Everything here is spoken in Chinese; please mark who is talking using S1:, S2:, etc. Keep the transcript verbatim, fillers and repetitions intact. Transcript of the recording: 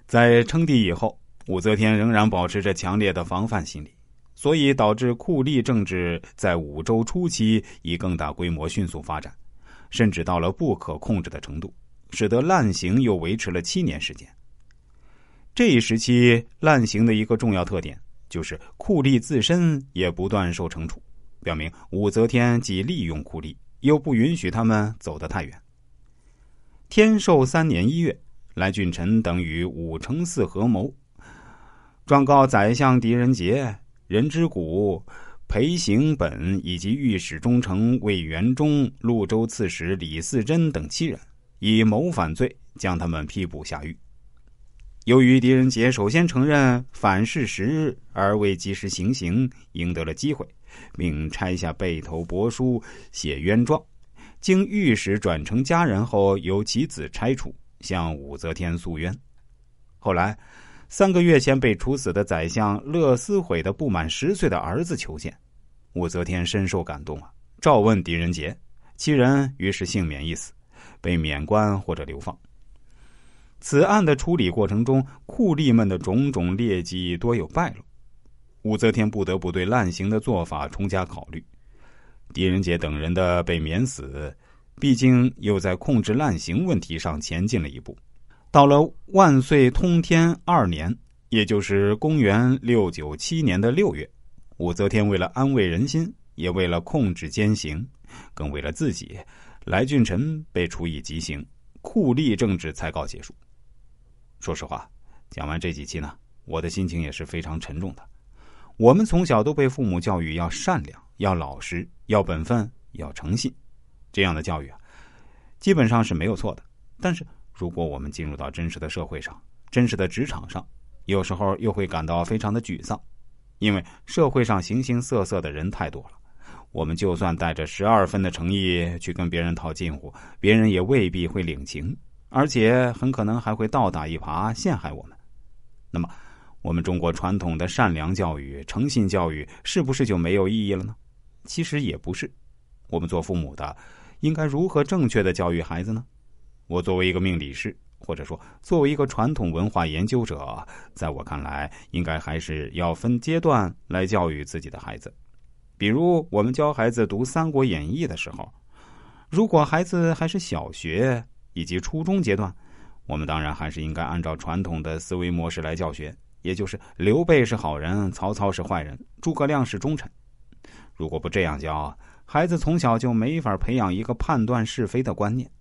S1: 在称帝以后，武则天仍然保持着强烈的防范心理，所以导致酷吏政治在武周初期以更大规模迅速发展，甚至到了不可控制的程度，使得滥刑又维持了七年时间。这一时期滥刑的一个重要特点就是酷吏自身也不断受惩处，表明武则天既利用酷吏，又不允许他们走得太远。天寿三年一月，来俊臣等与武承嗣合谋，状告宰相狄仁杰、任之谷、裴行本以及御史中丞魏元忠、潞州刺史李嗣珍等七人，以谋反罪将他们批捕下狱。由于狄仁杰首先承认反事实而未及时行刑，赢得了机会，并拆下背头帛书写冤状，经御史转成家人后，由其子拆除，向武则天诉冤。后来三个月前被处死的宰相乐思毁的不满十岁的儿子求见，武则天深受感动啊，召问狄仁杰，其人于是幸免一死，被免官或者流放。此案的处理过程中，酷吏们的种种劣迹多有败露，武则天不得不对滥刑的做法重加考虑。狄仁杰等人的被免死，毕竟又在控制滥刑问题上前进了一步。到了万岁通天二年，也就是公元六九七年的六月，武则天为了安慰人心，也为了控制奸刑，更为了自己，来俊臣被处以极刑，酷吏政治才告结束。说实话，讲完这几期呢，我的心情也是非常沉重的。我们从小都被父母教育要善良，要老实，要本分，要诚信，这样的教育啊，基本上是没有错的。但是如果我们进入到真实的社会上，真实的职场上，有时候又会感到非常的沮丧，因为社会上形形色色的人太多了，我们就算带着十二分的诚意去跟别人套近乎，别人也未必会领情，而且很可能还会倒打一耙，陷害我们。那么我们中国传统的善良教育、诚信教育是不是就没有意义了呢？其实也不是。我们做父母的应该如何正确的教育孩子呢？我作为一个命理师，或者说作为一个传统文化研究者，在我看来应该还是要分阶段来教育自己的孩子。比如我们教孩子读《三国演义》的时候，如果孩子还是小学以及初中阶段，我们当然还是应该按照传统的思维模式来教学，也就是刘备是好人，曹操是坏人，诸葛亮是忠臣。如果不这样教，孩子从小就没法培养一个判断是非的观念，